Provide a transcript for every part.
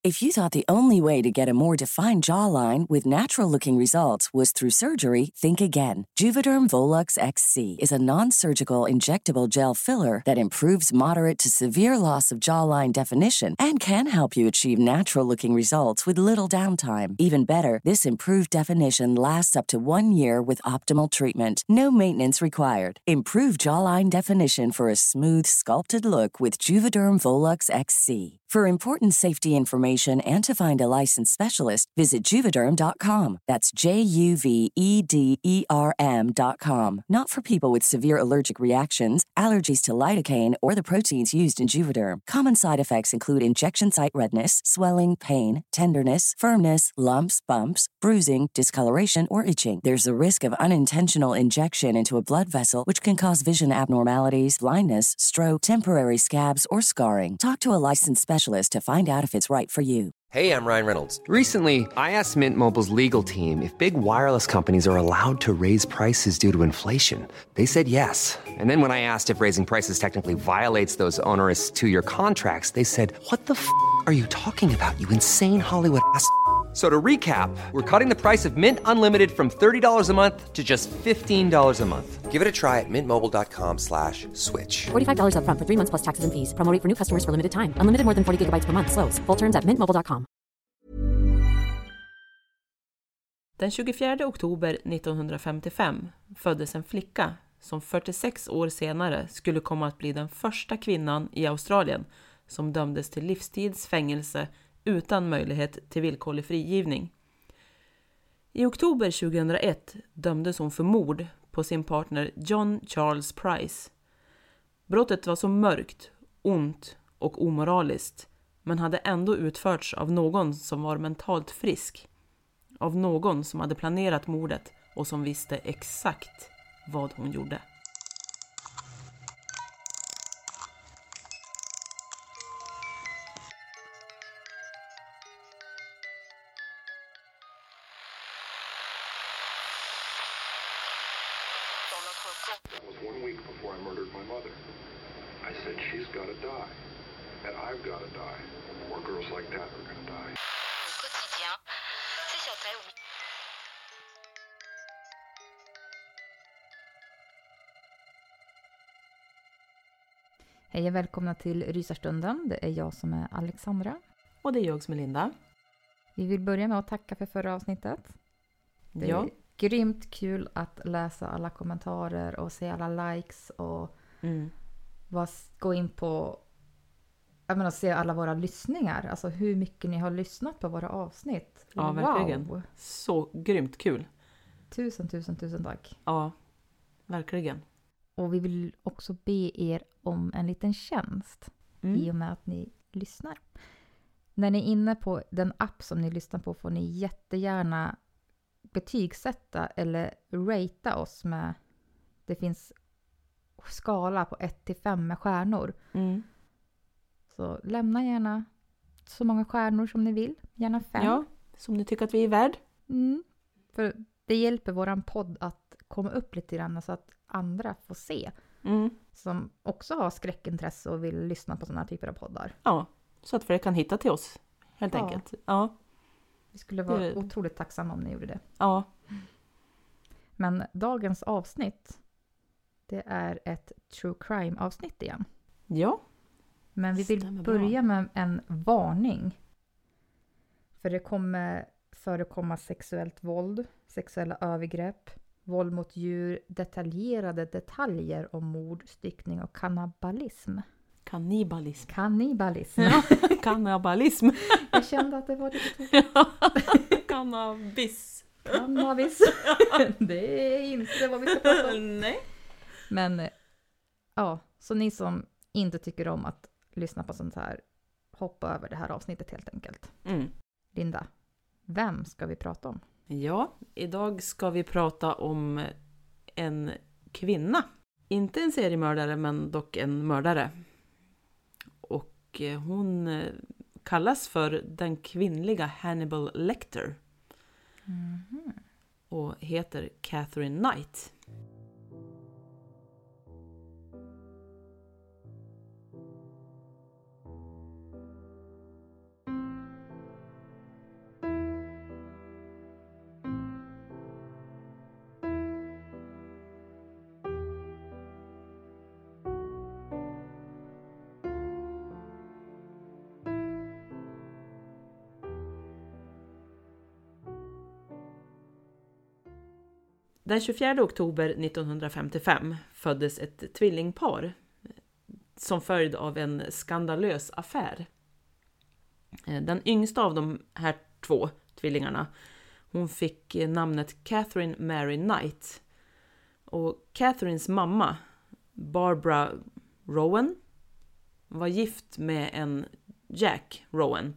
If you thought the only way to get a more defined jawline with natural-looking results was through surgery, think again. Juvederm Volux XC is a non-surgical injectable gel filler that improves moderate to severe loss of jawline definition and can help you achieve natural-looking results with little downtime. Even better, this improved definition lasts up to 1 year with optimal treatment. No maintenance required. Improve jawline definition for a smooth, sculpted look with Juvederm Volux XC. For important safety information and to find a licensed specialist, visit Juvederm.com. That's Juvederm.com. Not for people with severe allergic reactions, allergies to lidocaine, or the proteins used in Juvederm. Common side effects include injection site redness, swelling, pain, tenderness, firmness, lumps, bumps, bruising, discoloration, or itching. There's a risk of unintentional injection into a blood vessel, which can cause vision abnormalities, blindness, stroke, temporary scabs, or scarring. Talk to a licensed specialist to find out if it's right for you. Hey, I'm Ryan Reynolds. Recently, I asked Mint Mobile's legal team if big wireless companies are allowed to raise prices due to inflation. They said yes. And then when I asked if raising prices technically violates those onerous 2-year contracts, they said, "What the f*** are you talking about, you insane Hollywood ass?" So to recap, we're cutting the price of Mint Unlimited from $30 a month to just $15 a month. Give it a try at mintmobile.com/switch. $45 up front for 3 months plus taxes and fees. Promo rate for new customers for limited time. Unlimited more than 40 gigabytes per month. Slows full terms at mintmobile.com. Den 24 oktober 1955 föddes en flicka som 46 år senare skulle komma att bli den första kvinnan i Australien som dömdes till livstidsfängelse utan möjlighet till villkorlig frigivning. I oktober 2001 dömdes hon för mord på sin partner John Charles Price. Brottet var så mörkt, ont och omoraliskt, men hade ändå utförts av någon som var mentalt frisk. Av någon som hade planerat mordet och som visste exakt vad hon gjorde. That was 1 week before I murdered my mother. I said, she's got to die. And I've got to die. More girls like that are going to die. Au quotidien, c'est Châtel, oui. Hej och välkomna till Rysarstunden. Det är jag som är Alexandra. Och det är jag som är Linda. Vi vill börja med att tacka för förra avsnittet. Det är grymt kul att läsa alla kommentarer och se alla likes och gå in på, jag menar, se alla våra lyssningar. Alltså hur mycket ni har lyssnat på våra avsnitt. Ja, verkligen. Wow. Så grymt kul. Tusen tack. Ja, verkligen. Och vi vill också be er om en liten tjänst i och med att ni lyssnar. När ni är inne på den app som ni lyssnar på får ni jättegärna betygsätta eller ratea oss med, det finns skala på 1-5 med stjärnor. Så lämna gärna så många stjärnor som ni vill. Gärna 5. Ja, som ni tycker att vi är värd. För det hjälper våran podd att komma upp lite grann så att andra får se. Som också har skräckintresse och vill lyssna på sådana här typer av poddar. Ja, så att fler kan hitta till oss helt enkelt. Ja. Vi skulle vara otroligt tacksamma om ni gjorde det. Ja. Men dagens avsnitt, det är ett true crime avsnitt igen. Ja. Men vi vill börja med en varning. För det kommer förekomma sexuellt våld, sexuella övergrepp, våld mot djur, detaljerade detaljer om mord, styckning och kannibalism. Kannibalism. Kannibalism. Jag kände att det var lite Cannabis. Det är inte vad vi ska prata om. Nej. Men ja, så ni som inte tycker om att lyssna på sånt här, hoppa över det här avsnittet helt enkelt. Linda, vem ska vi prata om? Ja, idag ska vi prata om en kvinna. Inte en seriemördare, men dock en mördare. Och hon kallas för den kvinnliga Hannibal Lecter. Och heter Catherine Knight. Den 24 oktober 1955 föddes ett tvillingpar som följd av en skandalös affär. Den yngsta av de här 2 tvillingarna, hon fick namnet Catherine Mary Knight. Och Catherines mamma, Barbara Rowan, var gift med en Jack Rowan.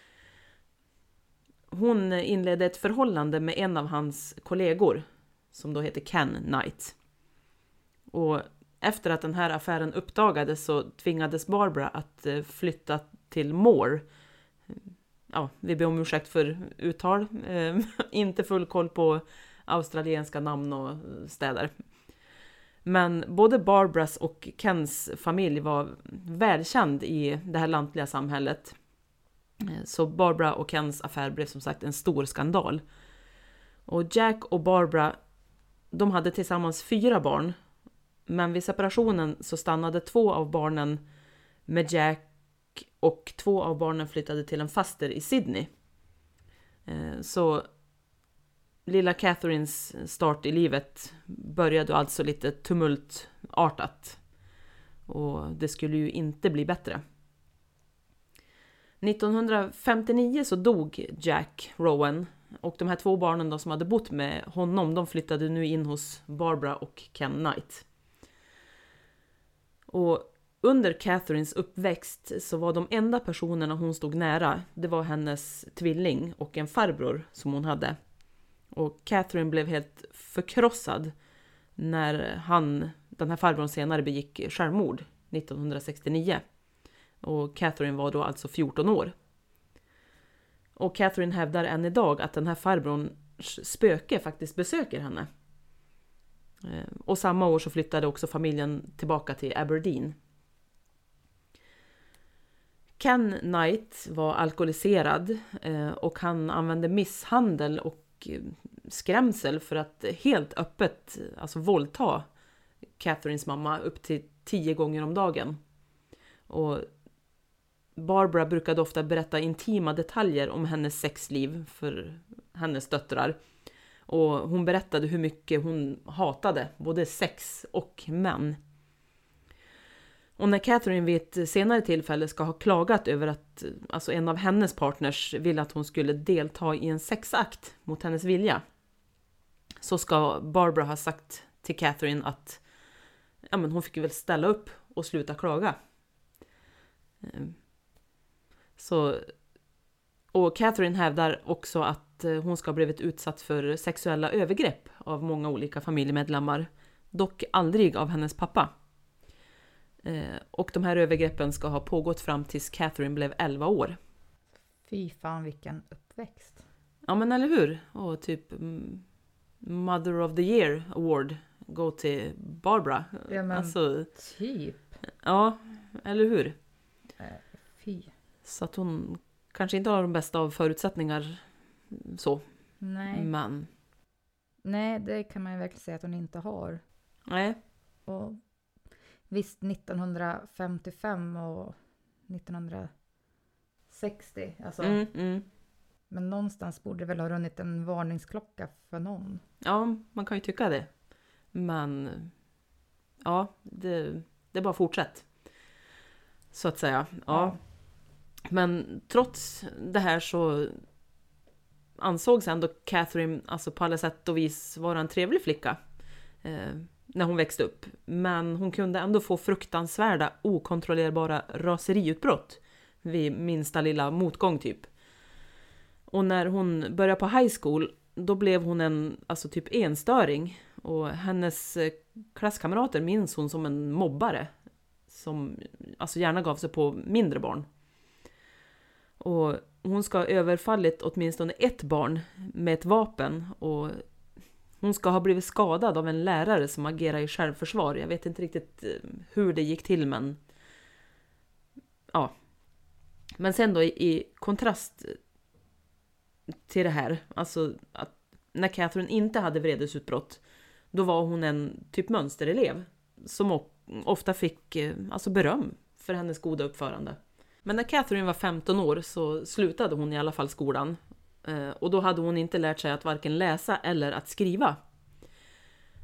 Hon inledde ett förhållande med en av hans kollegor som då heter Ken Knight. Och efter att den här affären uppdagades så tvingades Barbara att flytta till Moore. Ja, vi ber om ursäkt för uttal. Inte full koll på australienska namn och städer. Men både Barbaras och Kens familj var välkänd i det här lantliga samhället. Så Barbara och Kens affär blev som sagt en stor skandal. Och Jack och Barbara, de hade tillsammans 4 barn. Men vid separationen så stannade 2 av barnen med Jack och 2 av barnen flyttade till en faster i Sydney. Så lilla Catherines start i livet började alltså lite tumultartat. Och det skulle ju inte bli bättre. 1959 så dog Jack Rowan. Och de här 2 barnen då som hade bott med honom, de flyttade nu in hos Barbara och Ken Knight. Och under Catherines uppväxt så var de enda personerna hon stod nära, det var hennes tvilling och en farbror som hon hade. Och Catherine blev helt förkrossad när den här farbrorn senare begick självmord 1969. Och Catherine var då alltså 14 år. Och Catherine hävdar än idag att den här farbrorns spöke faktiskt besöker henne. Och samma år så flyttade också familjen tillbaka till Aberdeen. Ken Knight var alkoholiserad och han använde misshandel och skrämsel för att helt öppet alltså våldta Catherines mamma upp till 10 gånger om dagen. Och Barbara brukade ofta berätta intima detaljer om hennes sexliv för hennes döttrar. Och hon berättade hur mycket hon hatade både sex och män. Och när Catherine vid ett senare tillfälle ska ha klagat över att alltså en av hennes partners ville att hon skulle delta i en sexakt mot hennes vilja, så ska Barbara ha sagt till Catherine att ja, men hon fick väl ställa upp och sluta klaga. Och Catherine hävdar också att hon ska ha blivit utsatt för sexuella övergrepp av många olika familjemedlemmar, dock aldrig av hennes pappa. Och de här övergreppen ska ha pågått fram tills Catherine blev 11 år. Fy fan vilken uppväxt. Ja men eller hur? Och typ Mother of the Year Award går till Barbara. Ja men alltså, typ. Ja, eller hur? Fy. Så att hon kanske inte har de bästa av förutsättningar så. Nej. Men. Nej, det kan man ju verkligen säga att hon inte har. Nej. Och visst 1955 och 1960. Alltså. Men någonstans borde det väl ha runnit en varningsklocka för någon. Ja, man kan ju tycka det. Men ja, det är bara fortsätt. Så att säga. Ja. Men trots det här så ansågs ändå Catherine alltså på alla sätt och vis vara en trevlig flicka när hon växte upp. Men hon kunde ändå få fruktansvärda, okontrollerbara raseriutbrott vid minsta lilla motgång typ. Och när hon började på high school, då blev hon en alltså typ enstöring. Och hennes klasskamrater minns hon som en mobbare som alltså gärna gav sig på mindre barn. Och hon ska ha överfallit åtminstone ett barn med ett vapen. Och hon ska ha blivit skadad av en lärare som agerar i självförsvar. Jag vet inte riktigt hur det gick till, men ja. Men sen då i kontrast till det här, alltså att när Catherine inte hade vredesutbrott, då var hon en typ mönsterelev som ofta fick alltså beröm för hennes goda uppförande. Men när Catherine var 15 år så slutade hon i alla fall skolan. Och då hade hon inte lärt sig att varken läsa eller att skriva.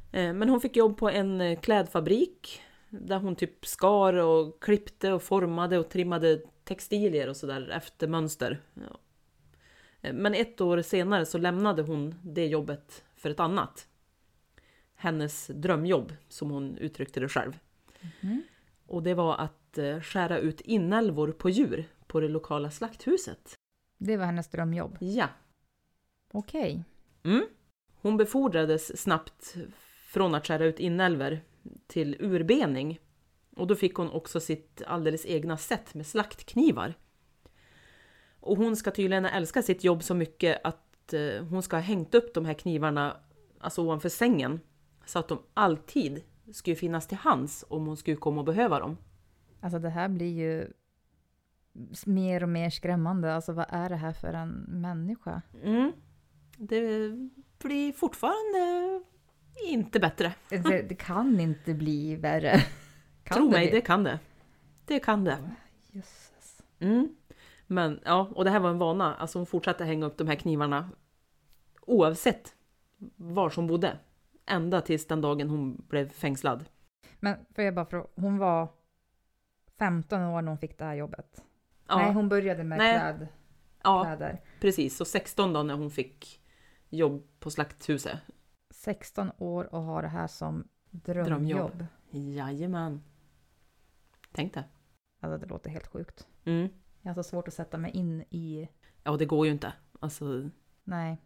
Men hon fick jobb på en klädfabrik där hon typ skar och klippte och formade och trimmade textilier och sådär efter mönster. Ja. Men 1 år senare så lämnade hon det jobbet för ett annat. Hennes drömjobb, som hon uttryckte det själv. Och det var att skära ut inälvor på djur på det lokala slakthuset. Det var hennes drömjobb? Ja. Okej. Hon befordrades snabbt från att skära ut inälvor till urbening. Och då fick hon också sitt alldeles egna sätt med slaktknivar. Och hon ska tydligen älska sitt jobb så mycket att hon ska ha hängt upp de här knivarna alltså ovanför sängen. Så att de alltid skulle finnas till hands om hon skulle komma och behöva dem. Alltså det här blir ju mer och mer skrämmande. Alltså vad är det här för en människa? Det blir fortfarande inte bättre. Det kan inte bli värre. Tro mig, det kan det. Det kan det. Jösses. Men ja, och det här var en vana. Alltså hon fortsatte hänga upp de här knivarna oavsett var som bodde. Ända tills den dagen hon blev fängslad. Men för jag bara fråga, hon var 15 år när hon fick det här jobbet. Ja. Nej, hon började med kläder. Ja, precis. Och 16 då när hon fick jobb på slakthuset. 16 år och har det här som drömjobb. Jajamän. Tänk det. Alltså det låter helt sjukt. Jag har så svårt att sätta mig in i... Ja, det går ju inte. Alltså... Nej.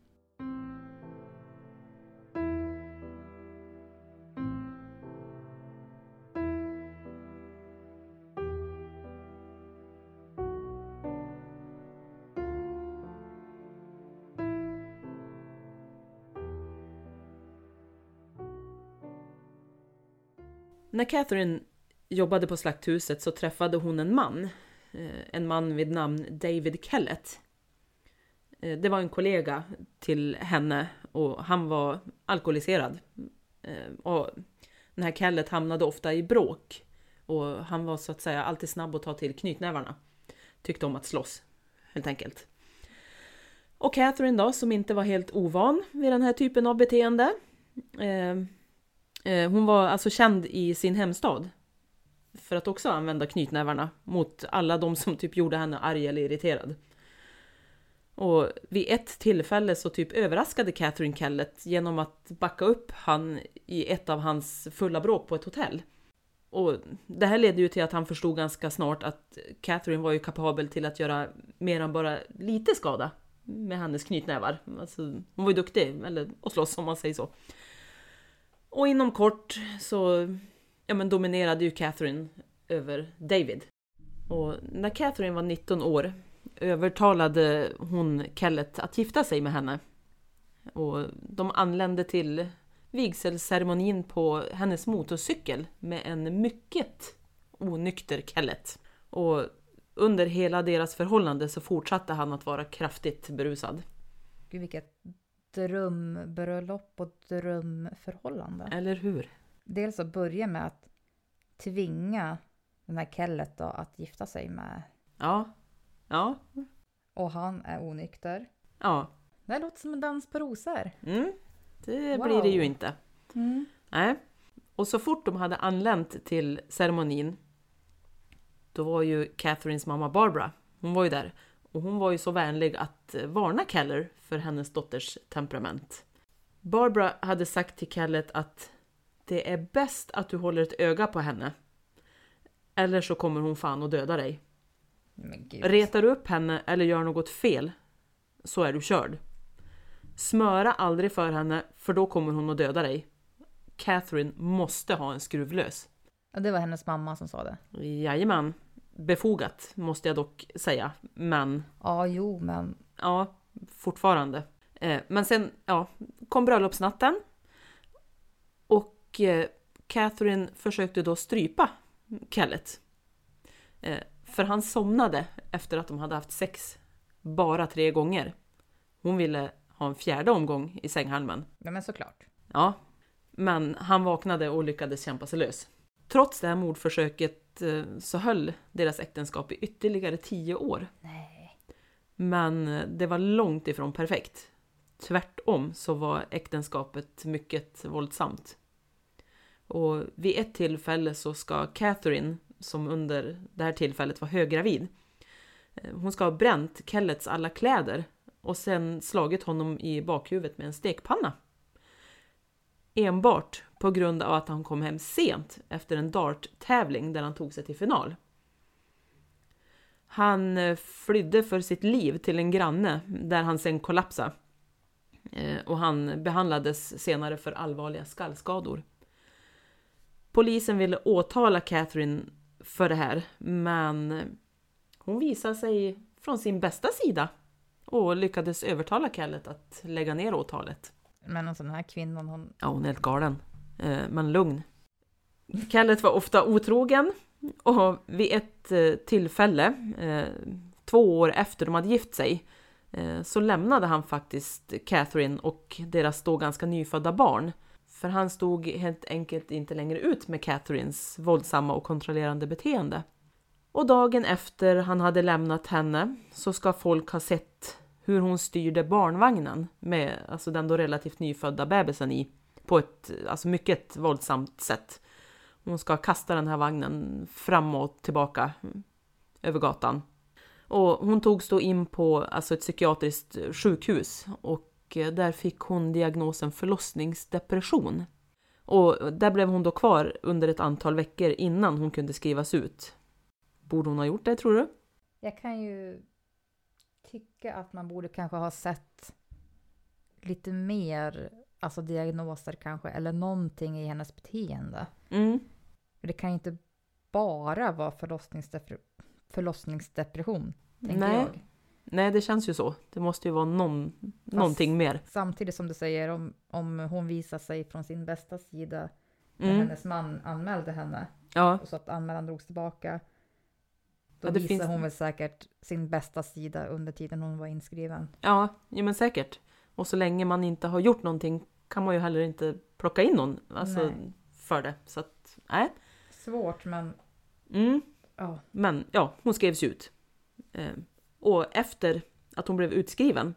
När Catherine jobbade på slakthuset så träffade hon en man. En man vid namn David Kellett. Det var en kollega till henne och han var alkoholiserad. Och den här Kellett hamnade ofta i bråk. Och han var så att säga alltid snabb att ta till knytnävarna. Tyckte om att slåss, helt enkelt. Och Catherine då, som inte var helt ovan vid den här typen av beteende. Hon var alltså känd i sin hemstad för att också använda knytnävarna mot alla de som typ gjorde henne arg eller irriterad. Och vid ett tillfälle så typ överraskade Catherine Kellett genom att backa upp han i ett av hans fulla bråk på ett hotell. Och det här ledde ju till att han förstod ganska snart att Catherine var ju kapabel till att göra mer än bara lite skada med hennes knytnävar. Alltså, hon var ju duktig, eller att slåss om man säger så. Och inom kort så dominerade ju Catherine över David. Och när Catherine var 19 år övertalade hon Kellett att gifta sig med henne. Och de anlände till vigselceremonin på hennes motorcykel med en mycket onykter Kellett. Och under hela deras förhållande så fortsatte han att vara kraftigt berusad. Gud, vilket drömbröllop och drömförhållande. Eller hur? Dels att börja med att tvinga den här Kellett då att gifta sig med. Ja. Och han är onykter. Ja. Det låter som en dans på rosor. Det blir det ju inte. Nej. Och så fort de hade anlänt till ceremonin, då var ju Catherines mamma Barbara, hon var ju där. Och hon var ju så vänlig att varna Keller för hennes dotters temperament. Barbara hade sagt till Kellett att det är bäst att du håller ett öga på henne. Eller så kommer hon fan att döda dig. Men Gud. Retar du upp henne eller gör något fel så är du körd. Smöra aldrig för henne för då kommer hon att döda dig. Catherine måste ha en skruvlös. Ja, det var hennes mamma som sa det. Jajamän. Befogat måste jag dock säga. Men... men... Ja, fortfarande. Men sen kom bröllopsnatten. Och Catherine försökte då strypa Kellett. För han somnade efter att de hade haft sex bara 3 gånger. Hon ville ha en 4:e omgång i sänghalmen. Ja, men såklart. Ja, men han vaknade och lyckades kämpa sig lös. Trots det här mordförsöket så höll deras äktenskap i ytterligare 10 år. Nej. Men det var långt ifrån perfekt. Tvärtom så var äktenskapet mycket våldsamt. Och vid ett tillfälle så ska Catherine, som under det här tillfället var höggravid, hon ska ha bränt Kellets alla kläder och sen slagit honom i bakhuvudet med en stekpanna. Enbart på grund av att han kom hem sent efter en darttävling där han tog sig till final. Han flydde för sitt liv till en granne där han sen kollapsade. Och han behandlades senare för allvarliga skallskador. Polisen ville åtala Catherine för det här, men hon visade sig från sin bästa sida och lyckades övertala Kellett att lägga ner åtalet. Men en sån här kvinnan, hon... Ja, hon är helt galen, men lugn. Kellett var ofta otrogen och vid ett tillfälle, 2 år efter de hade gift sig, så lämnade han faktiskt Catherine och deras då ganska nyfödda barn. För han stod helt enkelt inte längre ut med Catherines våldsamma och kontrollerande beteende. Och dagen efter han hade lämnat henne så ska folk ha sett hur hon styrde barnvagnen med alltså den då relativt nyfödda bebisen i på ett alltså mycket våldsamt sätt. Hon ska kasta den här vagnen fram och tillbaka över gatan. Och hon togs då in på alltså ett psykiatriskt sjukhus och där fick hon diagnosen förlossningsdepression. Och där blev hon då kvar under ett antal veckor innan hon kunde skrivas ut. Borde hon ha gjort det, tror du? Jag kan ju tycka att man borde kanske ha sett lite mer alltså diagnoser kanske eller någonting i hennes beteende. För det kan ju inte bara vara förlossningsdepression, tänker jag. Nej, det känns ju så. Det måste ju vara någonting mer. Samtidigt som du säger, om hon visar sig från sin bästa sida när hennes man anmälde henne och så att anmälan drogs tillbaka, då visar hon väl säkert sin bästa sida under tiden hon var inskriven. Ja, men säkert. Och så länge man inte har gjort någonting kan man ju heller inte plocka in någon för det. Så att, nej. Svårt, men... Men ja, hon skrevs ut. Och efter att hon blev utskriven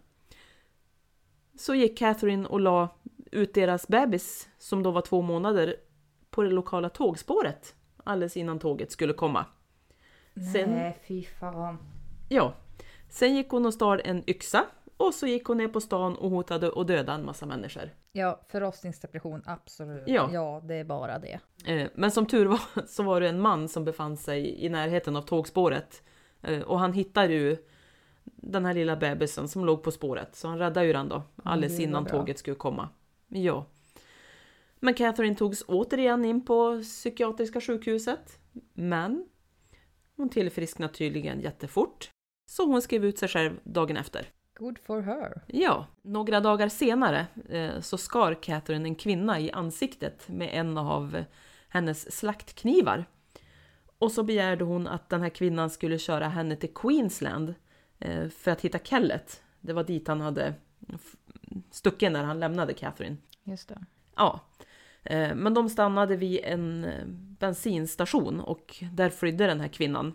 så gick Catherine och la ut deras bebis som då var 2 månader på det lokala tågspåret alldeles innan tåget skulle komma. Nej, fy fan. Ja, sen gick hon och stal en yxa och så gick hon ner på stan och hotade och dödade en massa människor. Ja, förlossningsdepression, absolut. Ja, det är bara det. Men som tur var så var det en man som befann sig i närheten av tågspåret. Och han hittade ju den här lilla bebisen som låg på spåret. Så han räddade ju den då, alldeles innan tåget skulle komma. Ja. Men Catherine togs återigen in på psykiatriska sjukhuset. Men hon tillfrisknade tydligen jättefort. Så hon skrev ut sig själv dagen efter. Good for her. Ja, några dagar senare så skar Catherine en kvinna i ansiktet med en av hennes slaktknivar. Och så begärde hon att den här kvinnan skulle köra henne till Queensland för att hitta Kellett. Det var dit han hade stuckit när han lämnade Catherine. Just det. Ja, men de stannade vid en bensinstation och där flydde den här kvinnan.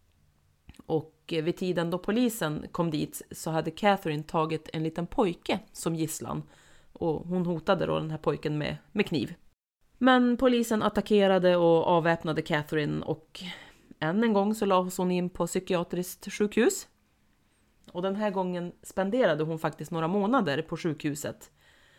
Och vid tiden då polisen kom dit så hade Catherine tagit en liten pojke som gisslan. Och hon hotade då den här pojken med kniv. Men polisen attackerade och avväpnade Catherine och än en gång så lades hon in på psykiatriskt sjukhus. Och den här gången spenderade hon faktiskt några månader på sjukhuset.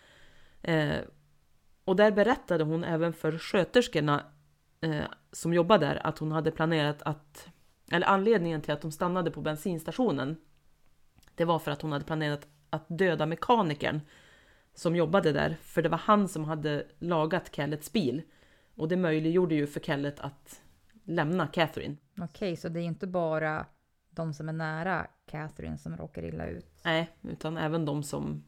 Och där berättade hon även för sköterskorna som jobbade där att hon hade planerat att... Eller anledningen till att de stannade på bensinstationen, det var för att hon hade planerat att döda mekanikern som jobbade där. För det var han som hade lagat Kellets bil. Och det möjliggjorde ju för Kellett att lämna Catherine. Okej, så det är inte bara de som är nära Catherine som råkar illa ut? Nej, utan även de som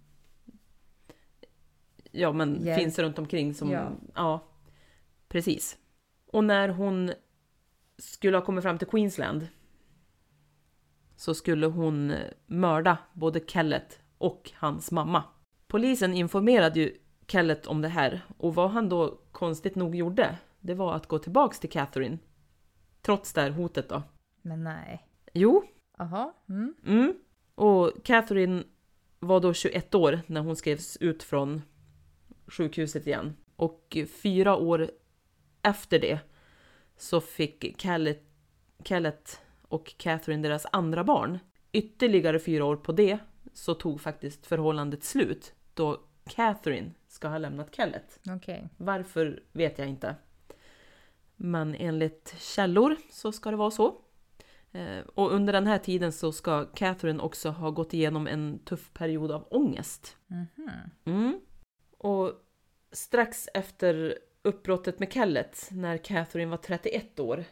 finns runt omkring. Som, ja, precis. Och när hon skulle ha kommit fram till Queensland så skulle hon mörda både Kellett och hans mamma. Polisen informerade ju Kellett om det här och vad han då konstigt nog gjorde, det var att gå tillbaks till Catherine. Trots det här hotet då. Men nej. Jo. Aha. Och Catherine var då 21 år när hon skrevs ut från sjukhuset igen. Och 4 år efter det så fick Kellett och Catherine deras andra barn. Ytterligare 4 år på det så tog faktiskt förhållandet slut då Catherine ska ha lämnat Kellett. Okej. Varför vet jag inte. Men enligt källor så ska det vara så. Och under den här tiden så ska Catherine också ha gått igenom en tuff period av ångest. Och strax efter uppbrottet med Kellett, när Catherine var 31 år,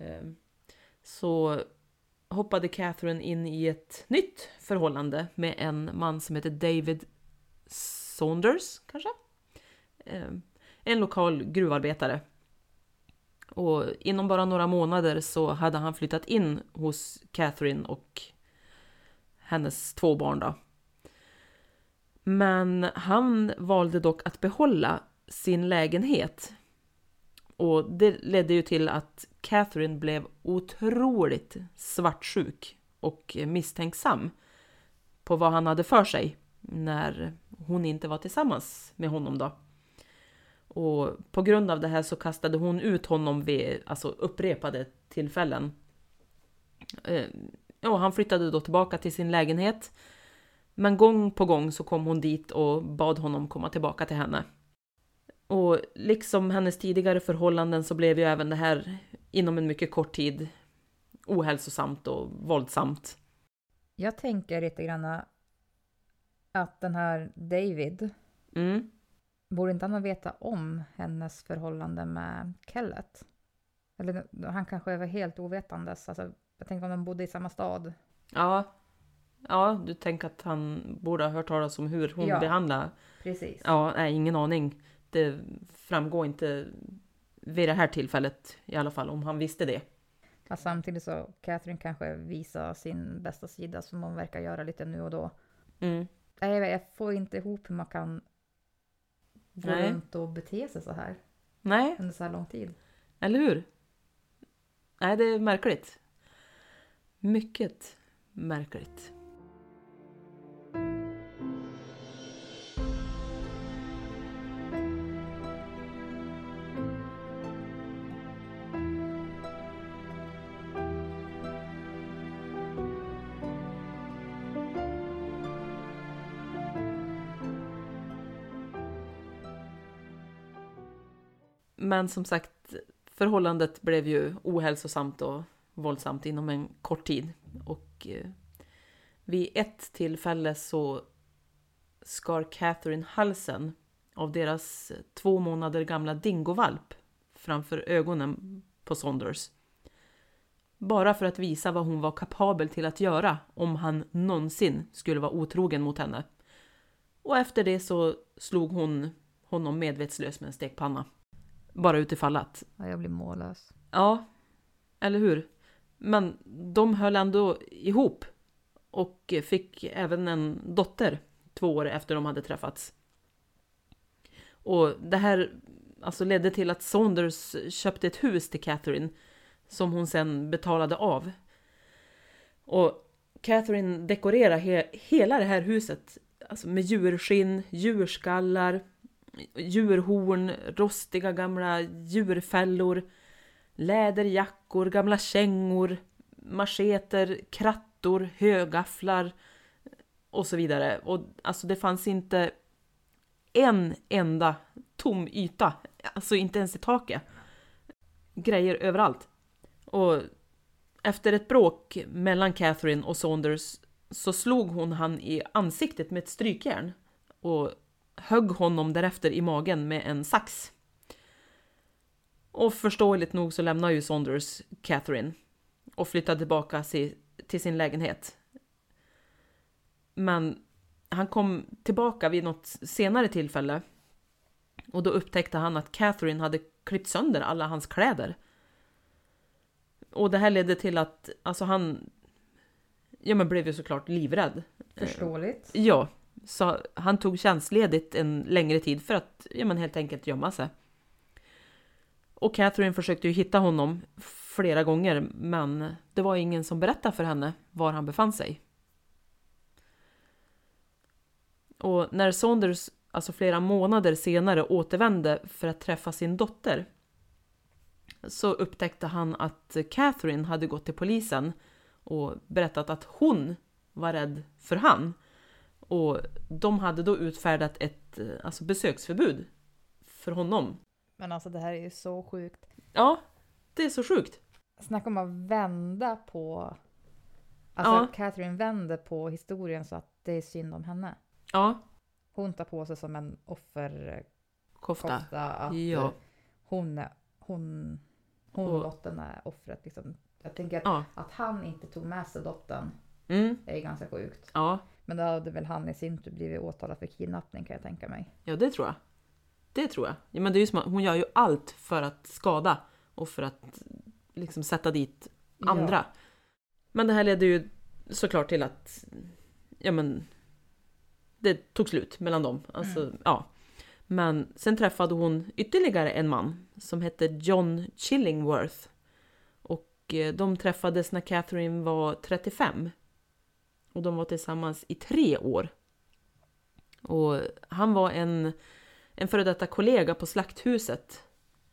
så hoppade Catherine in i ett nytt förhållande med en man som heter David Saunders, kanske? En lokal gruvarbetare. Och inom bara några månader så hade han flyttat in hos Catherine och hennes 2 barn då. Men han valde dock att behålla sin lägenhet. Och det ledde ju till att Catherine blev otroligt svartsjuk och misstänksam på vad han hade för sig när hon inte var tillsammans med honom då. Och på grund av det här så kastade hon ut honom vid upprepade tillfällen. Och han flyttade då tillbaka till sin lägenhet. Men gång på gång så kom hon dit och bad honom komma tillbaka till henne. Och liksom hennes tidigare förhållanden så blev ju även det här inom en mycket kort tid ohälsosamt och våldsamt. Jag tänker lite grann att den här David... Borde inte han veta om hennes förhållande med Kellett? Eller han kanske var helt ovetandes. Alltså, jag tänker om de bodde i samma stad. Ja, du tänker att han borde ha hört talas om hur hon behandlar. Precis. Ja, nej, ingen aning. Det framgår inte vid det här tillfället i alla fall om han visste det. Ja, samtidigt så Catherine kanske visar sin bästa sida som hon verkar göra lite nu och då. Jag får inte ihop hur man kan gå runt och bete sig så här. Nej. Under så här lång tid. Eller hur? Nej, det är märkligt. Mycket märkligt. Men som sagt, förhållandet blev ju ohälsosamt och våldsamt inom en kort tid. Och vid ett tillfälle så skar Catherine halsen av deras 2 månader gamla dingovalp framför ögonen på Saunders. Bara för att visa vad hon var kapabel till att göra om han någonsin skulle vara otrogen mot henne. Och efter det så slog hon honom medvetslös med en stekpanna. Bara utifall att. Ja, jag blir mållös. Ja, eller hur? Men de höll ändå ihop och fick även en dotter 2 år efter de hade träffats. Och det här ledde till att Saunders köpte ett hus till Catherine som hon sen betalade av. Och Catherine dekorerade hela det här huset med djurskinn, djurskallar, djurhorn, rostiga gamla djurfällor, läderjackor, gamla kängor, macheter, krattor, högafflar och så vidare. Och det fanns inte en enda tom yta, inte ens i taket. Grejer överallt. Och efter ett bråk mellan Catherine och Saunders så slog hon han i ansiktet med ett strykjärn och högg honom därefter i magen med en sax. Och förståeligt nog så lämnar ju Saunders Catherine och flyttade tillbaka till sin lägenhet. Men han kom tillbaka vid något senare tillfälle och då upptäckte han att Catherine hade klippt sönder alla hans kläder. Och det här ledde till att han blev ju såklart livrädd. Förståeligt. Ja, så han tog tjänstledigt en längre tid för att helt enkelt gömma sig. Och Catherine försökte ju hitta honom flera gånger, men det var ingen som berättade för henne var han befann sig. Och när Saunders flera månader senare återvände för att träffa sin dotter så upptäckte han att Catherine hade gått till polisen och berättat att hon var rädd för han. Och de hade då utfärdat ett besöksförbud för honom. Men alltså det här är ju så sjukt. Ja, det är så sjukt. Snacka om att vända på... Alltså Catherine vänder på historien så att det är synd om henne. Ja. Hon tar på sig som en Kofta. Att hon och dottern är offret. Liksom. Jag tänker att han inte tog med sig dottern är ganska sjukt. Ja. Men då hade väl han i sin tur blivit åtalad för kidnappning, kan jag tänka mig. Ja, det tror jag. Ja, men det är ju som att hon gör ju allt för att skada och för att liksom sätta dit andra. Ja. Men det här ledde ju såklart till att det tog slut mellan dem. Men sen träffade hon ytterligare en man som hette John Chillingworth. Och de träffades när Catherine var 35. Och de var tillsammans i 3 år. Och han var en före detta kollega på slakthuset.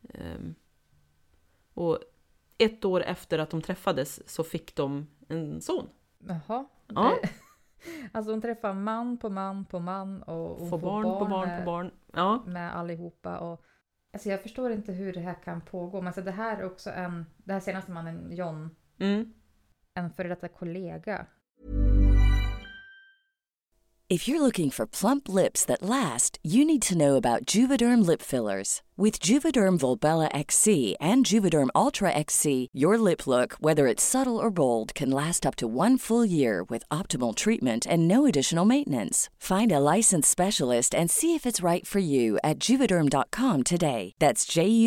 Och 1 år efter att de träffades så fick de en son. Jaha. Ja. Alltså hon träffar man på man på man och hon får barn på barn. Ja. Med allihopa. Och, alltså jag förstår inte hur det här kan pågå. Men så det här är också det här senaste mannen John. En före detta kollega. If you're looking for plump lips that last, you need to know about Juvederm lip fillers. With Juvederm Volbella XC and Juvederm Ultra XC, your lip look, whether it's subtle or bold, can last up to 1 full year with optimal treatment and no additional maintenance. Find a licensed specialist and see if it's right for you at Juvederm.com today. That's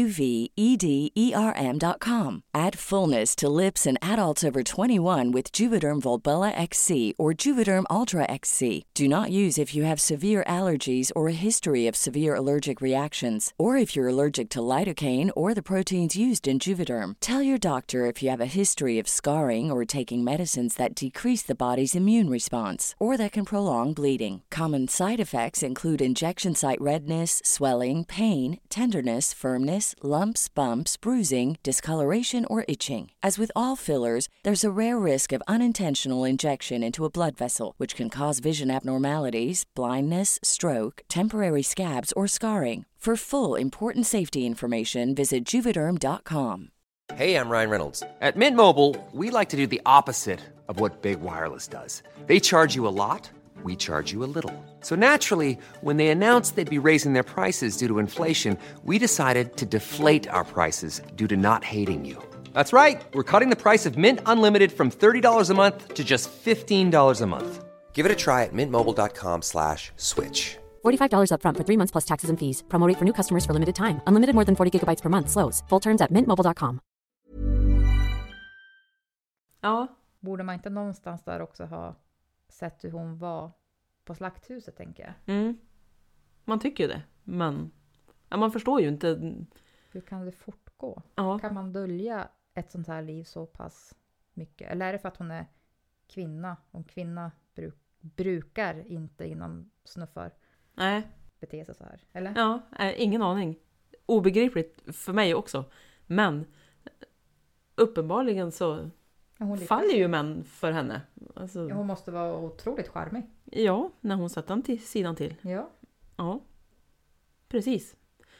JUVEDERM.com. Add fullness to lips in adults over 21 with Juvederm Volbella XC or Juvederm Ultra XC. Do not use if you have severe allergies or a history of severe allergic reactions, or if you're allergic to lidocaine or the proteins used in Juvederm. Tell your doctor if you have a history of scarring or taking medicines that decrease the body's immune response or that can prolong bleeding. Common side effects include injection site redness, swelling, pain, tenderness, firmness, lumps, bumps, bruising, discoloration, or itching. As with all fillers, there's a rare risk of unintentional injection into a blood vessel, which can cause vision abnormalities, blindness, stroke, temporary scabs, or scarring. For full, important safety information, visit Juvederm.com. Hey, I'm Ryan Reynolds. At Mint Mobile, we like to do the opposite of what Big Wireless does. They charge you a lot, we charge you a little. So naturally, when they announced they'd be raising their prices due to inflation, we decided to deflate our prices due to not hating you. That's right. We're cutting the price of Mint Unlimited from $30 a month to just $15 a month. Give it a try at mintmobile.com/switch. $45 up front for 3 months plus taxes and fees. Promo rate for new customers for limited time. Unlimited more than 40 gigabytes per month. Slows full terms at mintmobile.com. Ja. Borde man inte någonstans där också ha sett hur hon var på slakthuset, tänker jag? Man tycker ju det. Men man förstår ju inte. Hur kan det fortgå? Ja. Kan man dölja ett sånt här liv så pass mycket? Eller är det för att hon är kvinna? Och kvinna brukar inte innan snuffar bete sig så här, eller? Ja, ingen aning. Obegripligt för mig också. Men uppenbarligen så faller ju män för henne. Alltså, hon måste vara otroligt charmig. Ja, när hon satt den till sidan till. Ja, precis.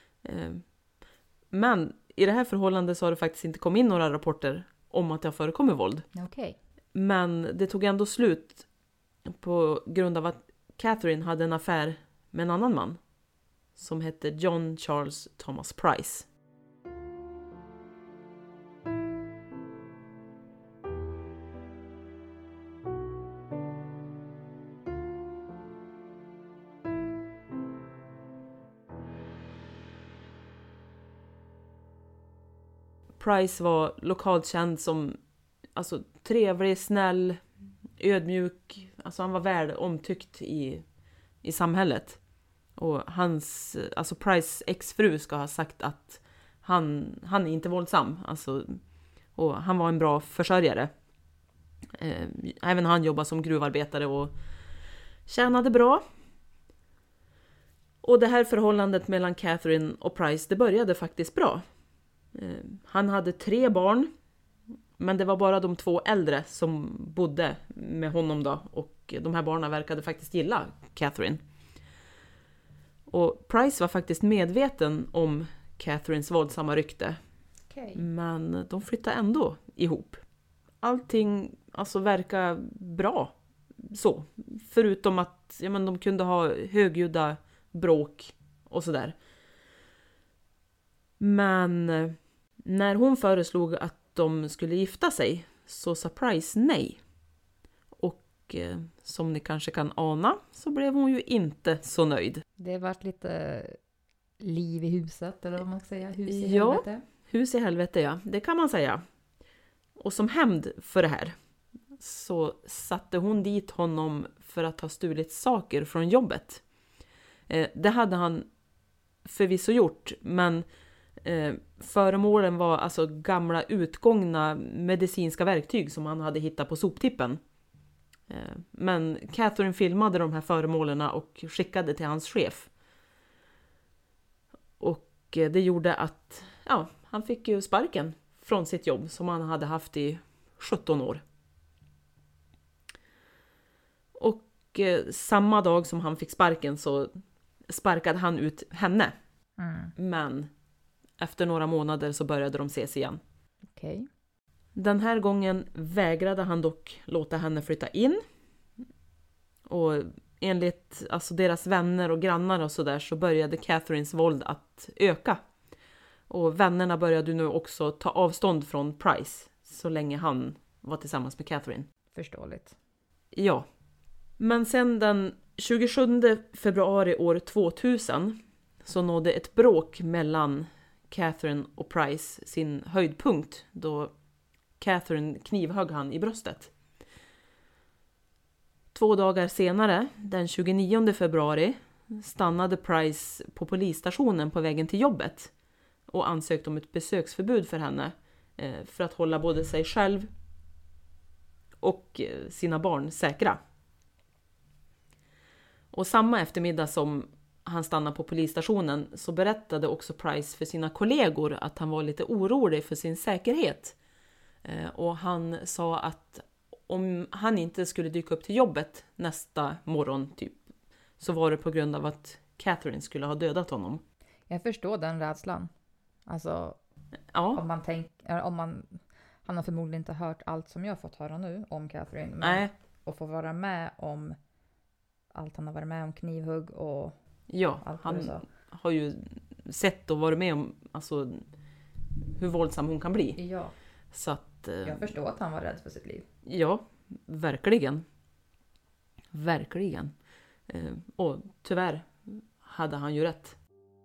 Men i det här förhållandet så har det faktiskt inte kommit in några rapporter om att det har förekommit våld. Okej. Men det tog ändå slut på grund av att Catherine hade en affär med en annan man som hette John Charles Thomas Price. Price var lokalt känd som trevlig, snäll, ödmjuk. Alltså han var väl omtyckt i samhället. Och Price exfru ska ha sagt att han är inte våldsam. Och han var en bra försörjare. Även han jobbade som gruvarbetare och tjänade bra. Och det här förhållandet mellan Catherine och Price, det började faktiskt bra. Han hade 3 barn, men det var bara de 2 äldre som bodde med honom då. Och de här barnen verkade faktiskt gilla Catherine. Och Price var faktiskt medveten om Catherines våldsamma rykte. Okej. Men de flyttade ändå ihop. Allting alltså verkar bra så. Förutom att de kunde ha högljudda bråk och sådär. Men när hon föreslog att de skulle gifta sig så sa Price nej. Och som ni kanske kan ana så blev hon ju inte så nöjd. Det har varit lite liv i huset, eller vad man ska säga. Hus i helvete. Hus i helvete, ja. Det kan man säga. Och som hämnd för det här så satte hon dit honom för att ha stulit saker från jobbet. Det hade han förvisso gjort, men föremålen var alltså gamla utgångna medicinska verktyg som han hade hittat på soptippen. Men Catherine filmade de här föremålen och skickade till hans chef. Och det gjorde att han fick ju sparken från sitt jobb som han hade haft i 17 år. Och samma dag som han fick sparken så sparkade han ut henne. Men efter några månader så började de ses igen. Okej. Den här gången vägrade han dock låta henne flytta in. Och enligt deras vänner och grannar och sådär så började Catherines våld att öka. Och vännerna började nu också ta avstånd från Price så länge han var tillsammans med Catherine. Förståeligt. Ja. Men sen den 27 februari år 2000 så nådde ett bråk mellan Catherine och Price sin höjdpunkt då Catherine knivhögg han i bröstet. 2 dagar senare, den 29 februari, stannade Price på polisstationen på vägen till jobbet och ansökte om ett besöksförbud för henne för att hålla både sig själv och sina barn säkra. Och samma eftermiddag som han stannade på polisstationen så berättade också Price för sina kollegor att han var lite orolig för sin säkerhet. Och han sa att om han inte skulle dyka upp till jobbet nästa morgon typ, så var det på grund av att Catherine skulle ha dödat honom. Jag förstår den rädslan. Alltså, ja. Han har förmodligen inte hört allt som jag fått höra nu om Catherine. Men Nej. att få vara med om allt han har varit med om, knivhugg och ja, han har ju sett och varit med om hur våldsam hon kan bli. Ja. Så att, jag förstår att han var rädd för sitt liv. Ja, verkligen. Verkligen. Och tyvärr hade han ju rätt.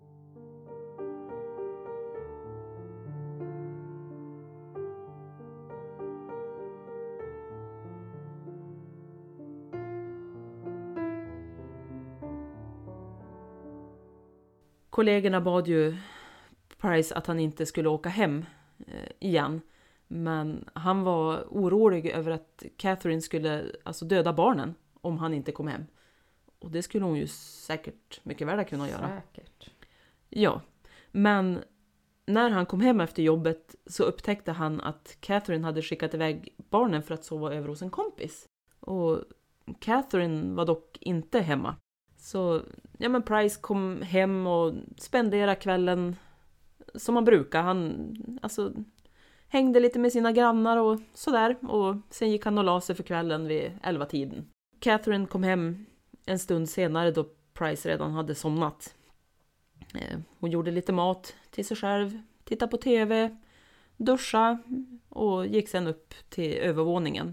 Kollegorna bad ju Price att han inte skulle åka hem igen. Men han var orolig över att Catherine skulle döda barnen om han inte kom hem. Och det skulle hon ju säkert mycket väl kunna göra. Säkert. Ja, men när han kom hem efter jobbet så upptäckte han att Catherine hade skickat iväg barnen för att sova över hos en kompis. Och Catherine var dock inte hemma. Så Price kom hem och spenderade kvällen som han brukar. Han hängde lite med sina grannar och sådär. Och sen gick han och la sig för kvällen vid 11-tiden. Catherine kom hem en stund senare då Price redan hade somnat. Hon gjorde lite mat till sig själv, tittade på tv, duscha och gick sen upp till övervåningen.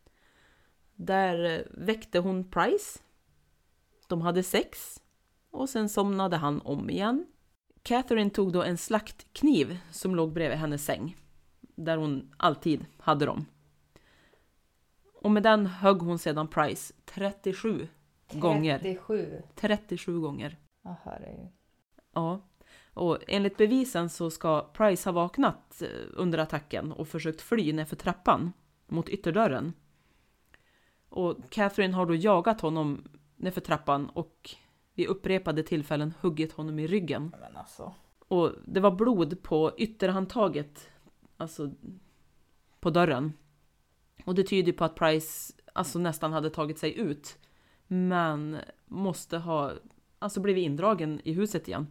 Där väckte hon Price. De hade sex och sen somnade han om igen. Catherine tog då en slaktkniv som låg bredvid hennes säng. Där hon alltid hade dem. Och med den högg hon sedan Price 37 gånger. 37 gånger. Aha, det är ju... Ja. Och enligt bevisen så ska Price ha vaknat under attacken och försökt fly ner för trappan mot ytterdörren. Och Catherine har då jagat honom ner för trappan och vid upprepade tillfällen huggit honom i ryggen. Men alltså. Och det var blod på ytterhandtaget, alltså på dörren. Och det tyder på att Price alltså nästan hade tagit sig ut, men måste ha alltså blivit indragen i huset igen.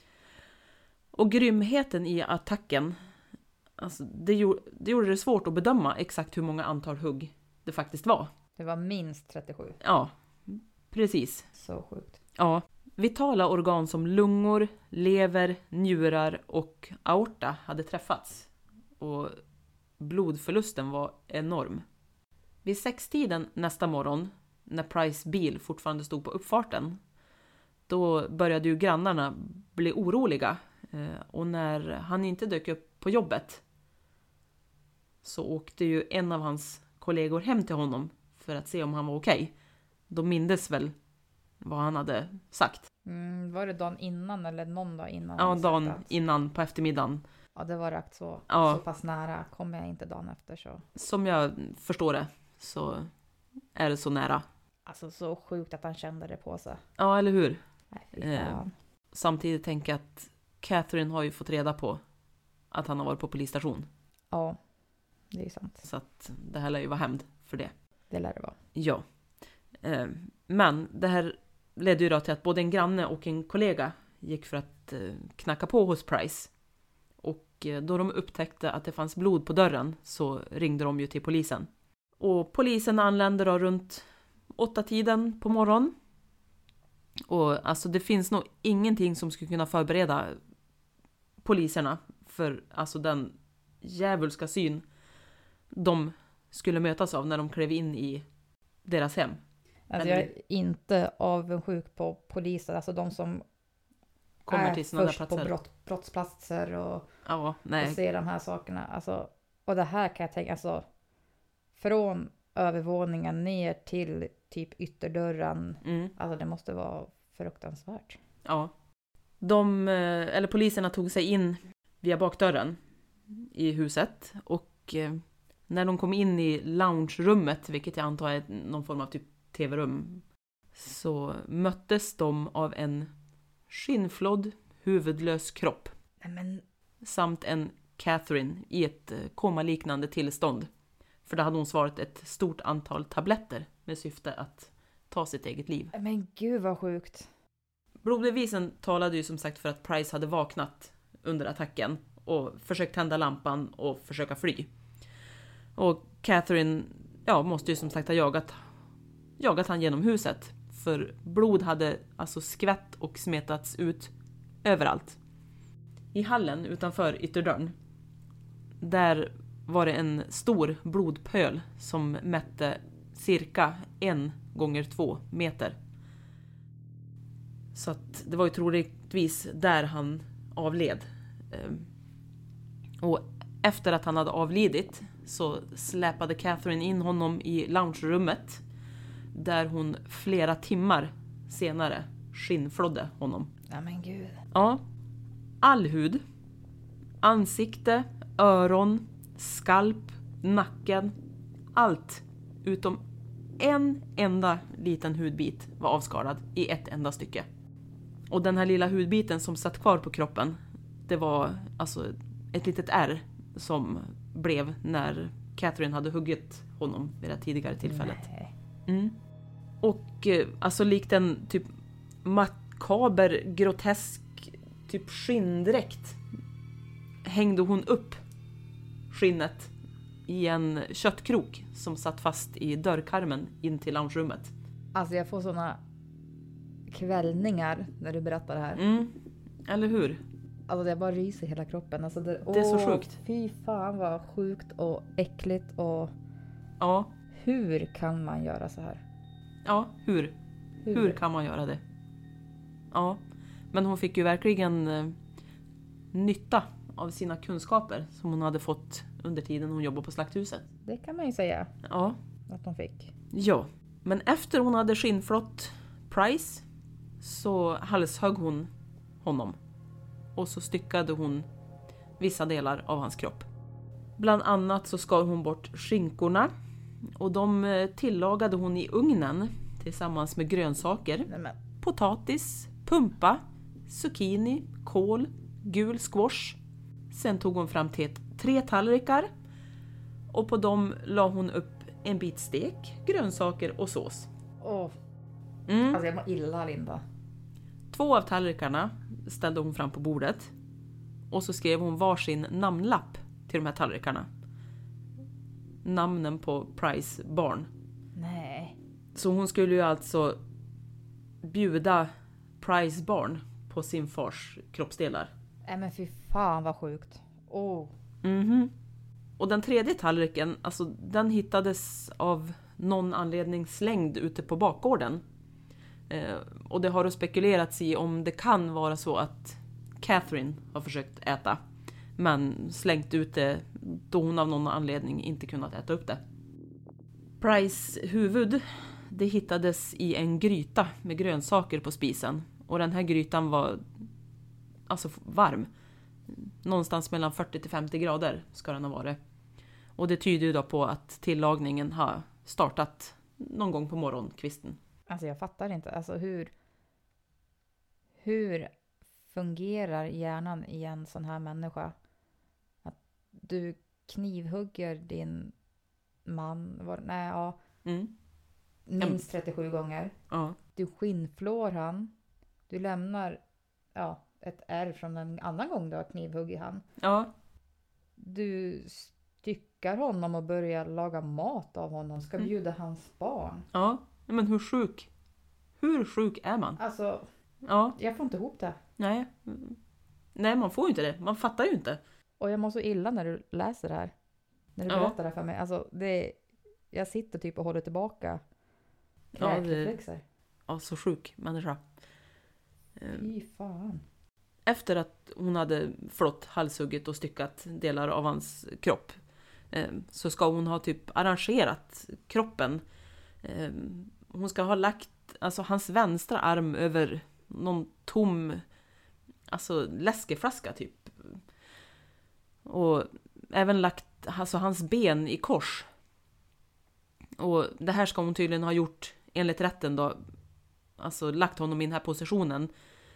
Och grymheten i attacken, alltså det gjorde det svårt att bedöma exakt hur många antal hugg det faktiskt var. Det var minst 37. Ja, precis. Så sjukt. Ja, vitala organ som lungor, lever, njurar och aorta hade träffats. Och blodförlusten var enorm. Vid 6-tiden nästa morgon, när Price bil fortfarande stod på uppfarten, då började ju grannarna bli oroliga. Och när han inte dök upp på jobbet så åkte ju en av hans kollegor hem till honom för att se om han var okej. De mindes väl vad han hade sagt. Var det dagen innan eller någon dag innan? Ja, dagen innan på eftermiddagen. Ja, det var rakt så pass nära. Kom jag inte dagen efter så. Som jag förstår det så är det så nära. Alltså så sjukt att han kände det på sig. Ja, eller hur? Nej, samtidigt tänker jag att Catherine har ju fått reda på att han har varit på polisstation. Ja, det är ju sant. Så att det här lär ju vara hämnd för det. Det lär det vara. Ja. Men det här ledde ju då till att både en granne och en kollega gick för att knacka på hos Price. Och då de upptäckte att det fanns blod på dörren så ringde de ju till polisen. Och polisen anlände då runt 8-tiden på morgon. Och alltså det finns nog ingenting som skulle kunna förbereda poliserna för alltså den djävulska syn de skulle mötas av när de klev in i deras hem. Alltså jag är inte avundsjuk på poliser, alltså de som kommer till sina först platser. På brottsplatser och ser de här sakerna. Alltså, och det här kan jag tänka, alltså från övervåningen ner till typ ytterdörren. Alltså det måste vara fruktansvärt. Ja. Poliserna tog sig in via bakdörren i huset och när de kom in i loungerummet, vilket jag antar är någon form av typ tv-rum, så möttes de av en skinnflådd, huvudlös kropp. Men... samt en Catherine i ett komaliknande tillstånd. För då hade hon svarat ett stort antal tabletter med syfte att ta sitt eget liv. Men gud vad sjukt. Blodbevisen talade ju som sagt för att Price hade vaknat under attacken och försökt tända lampan och försöka fly. Och Catherine måste ju som sagt ha jagat han genom huset. För blod hade alltså skvätt och smetats ut överallt. I hallen utanför ytterdörren, där var det en stor blodpöl som mätte cirka 1 gånger 2 meter. Så att det var ju troligtvis där han avled. Och efter att han hade avlidit så släpade Catherine in honom i loungerummet, där hon flera timmar senare skinnflodde honom. Ja men gud. Ja. All hud, ansikte, öron, skalp, nacken, allt utom en enda liten hudbit var avskalad i ett enda stycke. Och den här lilla hudbiten som satt kvar på kroppen, det var alltså ett litet ärr som blev när Catherine hade huggit honom vid det tidigare tillfället. Och alltså likt en typ makaber, grotesk typ skinndräkt hängde hon upp skinnet i en köttkrok som satt fast i dörrkarmen in till loungerummet. Alltså jag får såna kvällningar när du berättar det här. Eller hur? Alltså det bara ryser i hela kroppen. Alltså det är så sjukt. Fy fan vad sjukt och äckligt och... Ja. Hur kan man göra så här? Ja, hur kan man göra det? Ja, men hon fick ju verkligen nytta av sina kunskaper som hon hade fått under tiden hon jobbade på slakthuset. Det kan man ju säga. Ja. Att hon fick. Ja, men efter hon hade skinnflott Price så halshögg hon honom. Och så styckade hon vissa delar av hans kropp. Bland annat så skar hon bort skinkorna. Och de tillagade hon i ugnen tillsammans med grönsaker. Potatis, pumpa, zucchini, kål, gul squash. Sen tog hon fram till 3 tallrikar. Och på dem la hon upp en bit stek, grönsaker och sås. Alltså jag mår illa, Linda. 2 av tallrikarna ställde hon fram på bordet. Och så skrev hon varsin namnlapp till de här tallrikarna. Namnen på Price barn. Nej. Så hon skulle ju alltså bjuda Price barn på sin fars kroppsdelar. Nej men fy fan vad sjukt. Och den 3:e tallriken, alltså den hittades av någon anledning slängd ute på bakgården. Och det har då spekulerats i om det kan vara så att Catherine har försökt äta. Men slängt ut det då hon av någon anledning inte kunnat äta upp det. Price huvud, det hittades i en gryta med grönsaker på spisen. Och den här grytan var alltså varm. Någonstans mellan 40 till 50 grader ska den ha varit. Och det tyder ju då på att tillagningen har startat någon gång på morgonkvisten. Alltså jag fattar inte. Alltså hur fungerar hjärnan i en sån här människa? Att du knivhugger din man minst 37 gånger. Ja. Du skinnflår han. Du lämnar ett ärr från en annan gång du har knivhuggit han. Ja. Du styckar honom och börjar laga mat av honom. Ska bjuda hans barn. Ja, men hur sjuk är man? Alltså, Ja. jag får inte ihop det. Nej, man får ju inte det. Man fattar ju inte. Och jag mår så illa när du läser det här. När du berättar det för mig. Alltså, jag sitter typ och håller tillbaka kräkreflexer. Ja, så sjuk människa. Fy fan. Efter att hon hade flott halshugget och styckat delar av hans kropp så ska hon ha typ arrangerat kroppen. Hon ska ha lagt alltså hans vänstra arm över någon tom läskeflaska typ. Och även lagt alltså hans ben i kors. Och det här ska hon tydligen ha gjort enligt rätten då. Alltså lagt honom i den här positionen.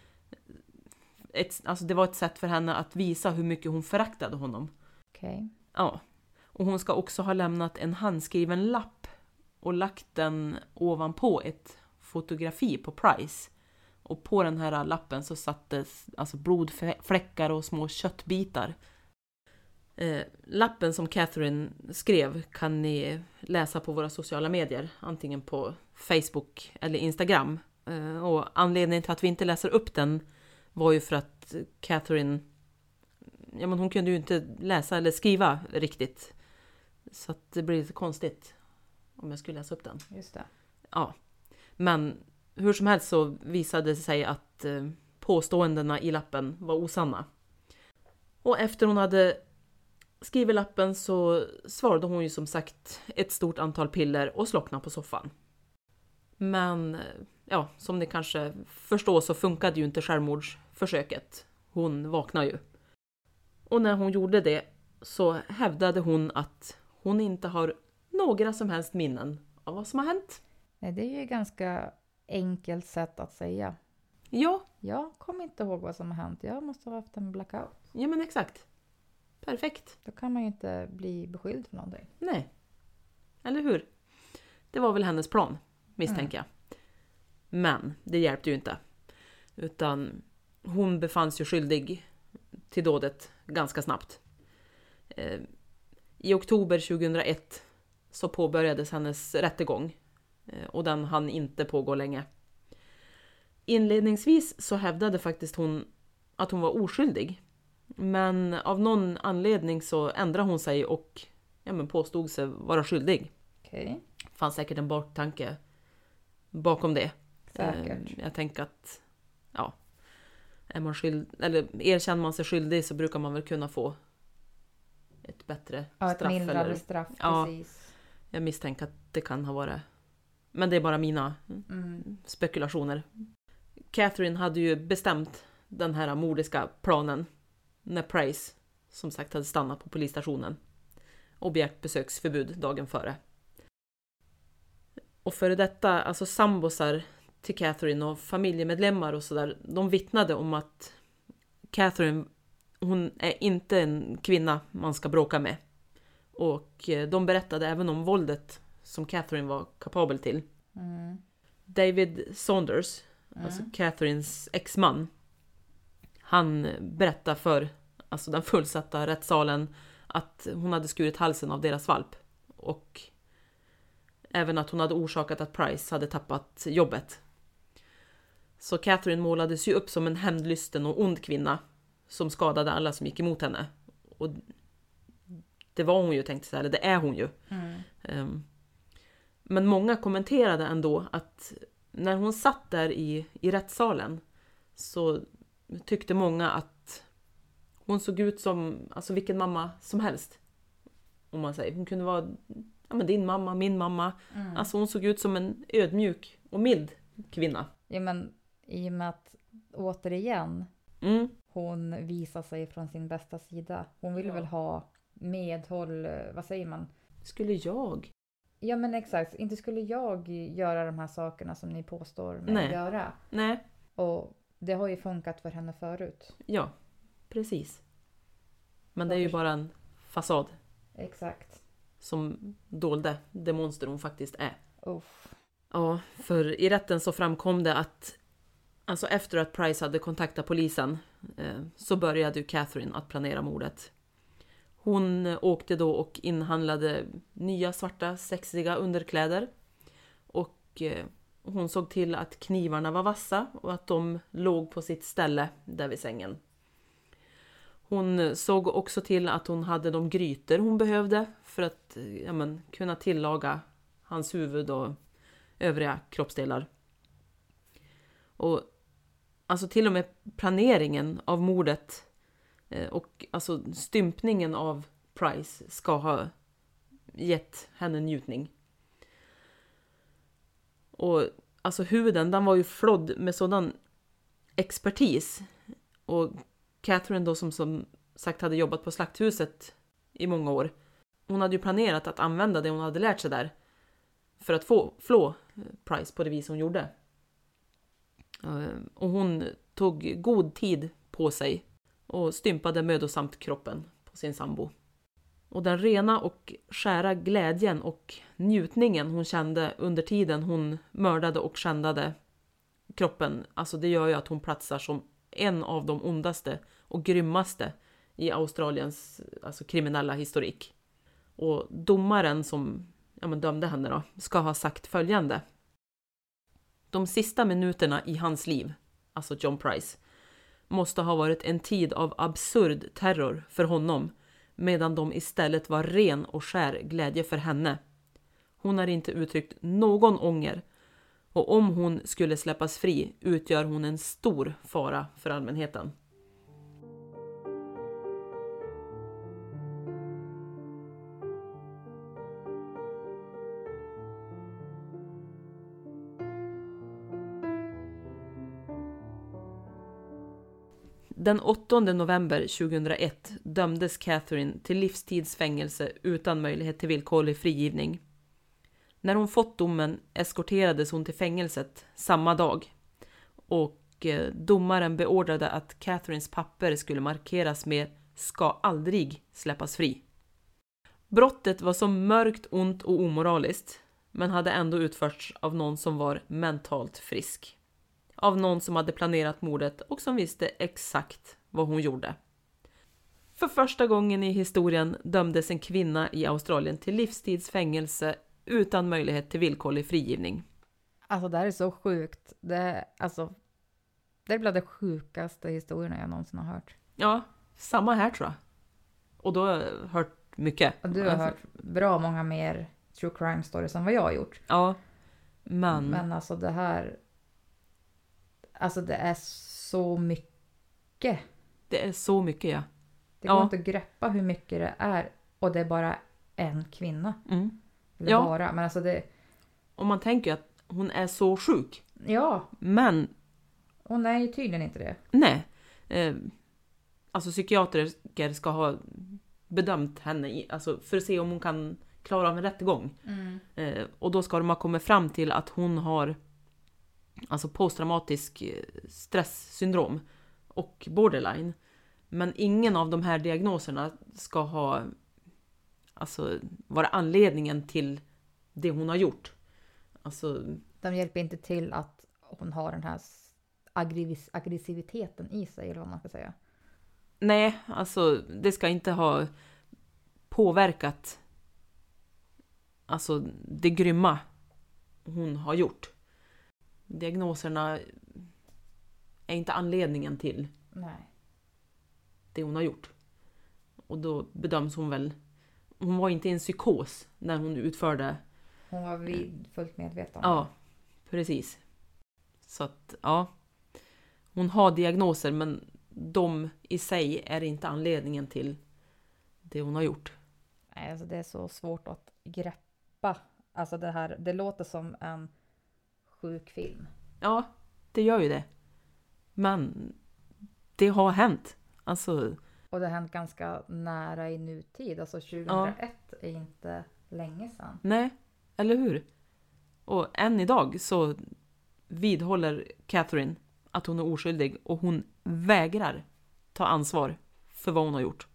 Det var ett sätt för henne att visa hur mycket hon föraktade honom. Okej. Ja. Och hon ska också ha lämnat en handskriven lapp och lagt den ovanpå ett fotografi på Price. Och på den här lappen så sattes alltså blodfläckar och små köttbitar. Lappen som Catherine skrev kan ni läsa på våra sociala medier. Antingen på Facebook eller Instagram. Och anledningen till att vi inte läser upp den var ju för att Catherine, hon kunde ju inte läsa eller skriva riktigt. Så att det blir lite konstigt om jag skulle läsa upp den. Just det. Ja, men hur som helst så visade det sig att påståendena i lappen var osanna. Och efter hon hade skrivit lappen så svarade hon ju som sagt ett stort antal piller och slocknade på soffan. Men ja, som ni kanske förstår så funkade ju inte självmordsförsöket. Hon vaknade ju. Och när hon gjorde det så hävdade hon att hon inte har några som helst minnen av vad som har hänt. Nej, det är ju ett ganska enkelt sätt att säga. Ja. Jag kommer inte ihåg vad som har hänt. Jag måste ha haft en blackout. Ja, men exakt. Perfekt. Då kan man ju inte bli beskylld för någonting. Nej. Eller hur? Det var väl hennes plan, misstänker jag. Men det hjälpte ju inte. Utan hon befanns ju skyldig till dådet ganska snabbt. I oktober 2001 så påbörjades hennes rättegång. Och den hann inte pågå länge. Inledningsvis så hävdade faktiskt hon att hon var oskyldig. Men av någon anledning så ändrade hon sig och påstod sig vara skyldig. Okej. Fanns säkert en baktanke bakom det. Säkert. Jag tänker att är man erkänner man sig skyldig så brukar man väl kunna få ett bättre straff. Ett mildrare straff, precis. Jag misstänker att det kan ha varit. Men det är bara mina spekulationer. Catherine hade ju bestämt den här mordiska planen när Price som sagt hade stannat på polisstationen och begärt besöksförbud dagen före. Och för detta, alltså sambosar till Catherine och familjemedlemmar och sådär, de vittnade om att Catherine hon är inte en kvinna man ska bråka med. Och de berättade även om våldet som Catherine var kapabel till. David Saunders, alltså Catherines exman, han berättade för alltså den fullsatta rättssalen att hon hade skurit halsen av deras valp. Och även att hon hade orsakat att Price hade tappat jobbet. Så Catherine målades ju upp som en hämndlysten och ond kvinna som skadade alla som gick emot henne. Och det var hon ju, tänkte så här, eller det är hon ju. Men många kommenterade ändå att när hon satt där i rättssalen så tyckte många att hon såg ut som alltså vilken mamma som helst. Om man säger. Hon kunde vara men din mamma, min mamma. Alltså hon såg ut som en ödmjuk och mild kvinna. Ja, men i och med att återigen hon visar sig från sin bästa sida. Hon vill väl ha medhåll, vad säger man? Skulle jag? Ja, men exakt. Inte skulle jag göra de här sakerna som ni påstår mig att göra. Nej. Och det har ju funkat för henne förut. Ja, precis. Men det är ju bara en fasad. Exakt. Som dolde det monster hon faktiskt är. Uff. Ja, för i rätten så framkom det att alltså efter att Price hade kontaktat polisen så började ju Catherine att planera mordet. Hon åkte då och inhandlade nya svarta sexiga underkläder. Och hon såg till att knivarna var vassa och att de låg på sitt ställe där vid sängen. Hon såg också till att hon hade de grytor hon behövde för att kunna tillaga hans huvud och övriga kroppsdelar. Och alltså till och med planeringen av mordet och alltså stympningen av Price ska ha gett henne njutning. Och alltså huden, den var ju flodd med sådan expertis. Och Catherine då som sagt hade jobbat på slakthuset i många år. Hon hade ju planerat att använda det hon hade lärt sig där för att flå Price på det vis hon gjorde. Och hon tog god tid på sig och stympade mödosamt kroppen på sin sambo. Och den rena och skära glädjen och njutningen hon kände under tiden hon mördade och skändade kroppen, alltså det gör ju att hon platsar som en av de ondaste och grymmaste i Australiens alltså kriminella historik. Och domaren som dömde henne då ska ha sagt följande: de sista minuterna i hans liv, alltså John Price, måste ha varit en tid av absurd terror för honom, medan de istället var ren och skär glädje för henne. Hon har inte uttryckt någon ånger, och om hon skulle släppas fri utgör hon en stor fara för allmänheten. Den 8 november 2001 dömdes Catherine till livstidsfängelse utan möjlighet till villkorlig frigivning. När hon fått domen eskorterades hon till fängelset samma dag. Och domaren beordrade att Catherines papper skulle markeras med "ska aldrig släppas fri". Brottet var så mörkt, ont och omoraliskt, men hade ändå utförts av någon som var mentalt frisk. Av någon som hade planerat mordet och som visste exakt vad hon gjorde. För första gången i historien dömdes en kvinna i Australien till livstidsfängelse utan möjlighet till villkorlig frigivning. Alltså det här är så sjukt. Det är bland de sjukaste historierna jag någonsin har hört. Ja, samma här tror jag. Och då har jag hört mycket. Och du har hört bra många mer true crime stories än vad jag har gjort. Ja, men alltså det här... Alltså det är så mycket. Det är så mycket, ja. Det går inte att greppa hur mycket det är. Och det är bara en kvinna. Eller bara. Men alltså det... Och man tänker att hon är så sjuk. Ja. Men... Hon är ju tydligen inte det. Nej. Alltså psykiatriker ska ha bedömt henne alltså för att se om hon kan klara av en rättegång. Och då ska de ha kommit fram till att hon har alltså posttraumatisk stresssyndrom och borderline. Men ingen av de här diagnoserna ska ha vara anledningen till det hon har gjort. De hjälper inte till att hon har den här aggressiviteten i sig, eller vad man ska säga. Nej, det ska inte ha påverkat det grymma hon har gjort. Diagnoserna är inte anledningen till det hon har gjort. Och då bedöms hon väl... Hon var inte i en psykos när hon utförde... Hon var fullt medveten. Ja, precis. Så att, ja. Hon har diagnoser, men de i sig är inte anledningen till det hon har gjort. Nej, det är så svårt att greppa. Det låter som en sjuk film. Ja, det gör ju det. Men det har hänt. Och det har hänt ganska nära i nutid. 2001 är inte länge sedan. Nej, eller hur? Och än idag så vidhåller Catherine att hon är oskyldig. Och hon vägrar ta ansvar för vad hon har gjort.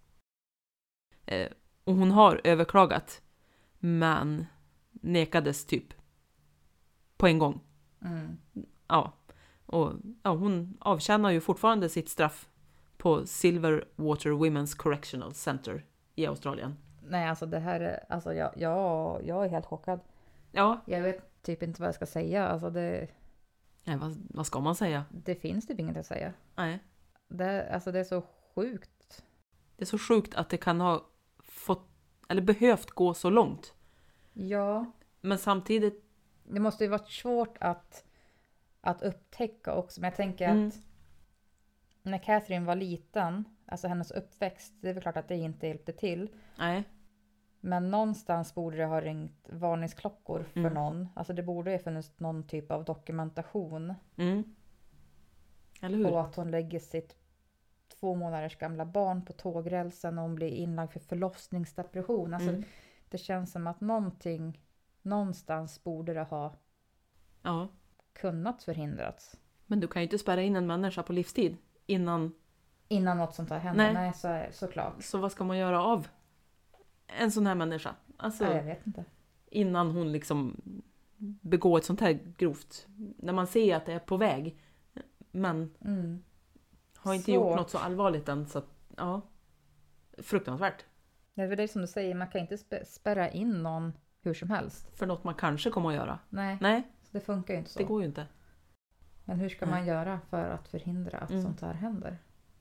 Och hon har överklagat. Men nekades typ på en gång. Ja. Och hon avtjänar ju fortfarande sitt straff på Silverwater Women's Correctional Center i Australien. Nej, det här är... jag är helt chockad. Ja. Jag vet typ inte vad jag ska säga. Nej, vad ska man säga? Det finns typ inget att säga. Nej. Det är så sjukt. Det är så sjukt att det kan ha behövt gå så långt. Ja. Men samtidigt... Det måste ju varit svårt att upptäcka också. Men jag tänker att när Catherine var liten, hennes uppväxt, det är väl klart att det inte hjälpte till. Nej. Men någonstans borde det ha ringt varningsklockor för någon. Det borde ju funnits någon typ av dokumentation. Eller hur? Och att hon lägger sitt 2 månaders gamla barn på tågrälsen och hon blir inlagd för förlossningsdepression. Det känns som att någonstans borde det ha kunnat förhindrats. Men du kan ju inte spärra in en människa på livstid innan något sånt här händer. Nej, såklart. Så vad ska man göra av en sån här människa? Jag vet inte. Innan hon liksom begår ett sånt här grovt. När man ser att det är på väg. Men har inte gjort något så allvarligt än. Så att, ja. Fruktansvärt. Det är som du säger, man kan inte spärra in någon hur som helst. För något man kanske kommer att göra. Nej. Så det funkar ju inte så. Det går ju inte. Men hur ska man göra för att förhindra att sånt här händer?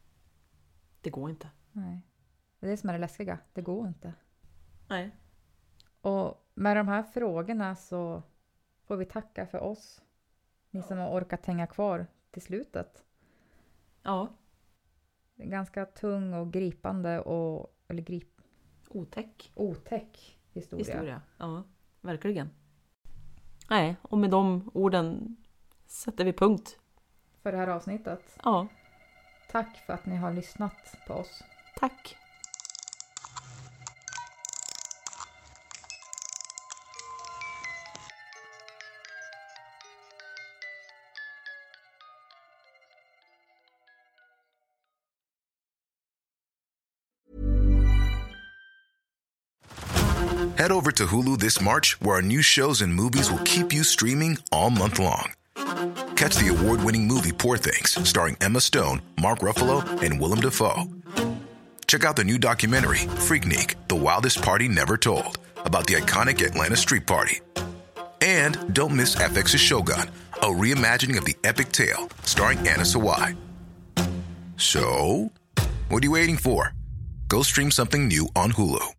Det går inte. Nej. Det är det som är det läskiga. Det går inte. Nej. Och med de här frågorna så får vi tacka för oss. Ni som har orkat hänga kvar till slutet. Ja. Det är ganska tung och gripande otäck historia. Ja, verkligen. Nej, och med de orden sätter vi punkt. För det här avsnittet. Ja. Tack för att ni har lyssnat på oss. Tack. Head over to Hulu this March, where our new shows and movies will keep you streaming all month long. Catch the award-winning movie Poor Things, starring Emma Stone, Mark Ruffalo, and Willem Dafoe. Check out the new documentary, Freaknik, The Wildest Party Never Told, about the iconic Atlanta Street Party. And don't miss FX's Shogun, a reimagining of the epic tale, starring Anna Sawai. So, what are you waiting for? Go stream something new on Hulu.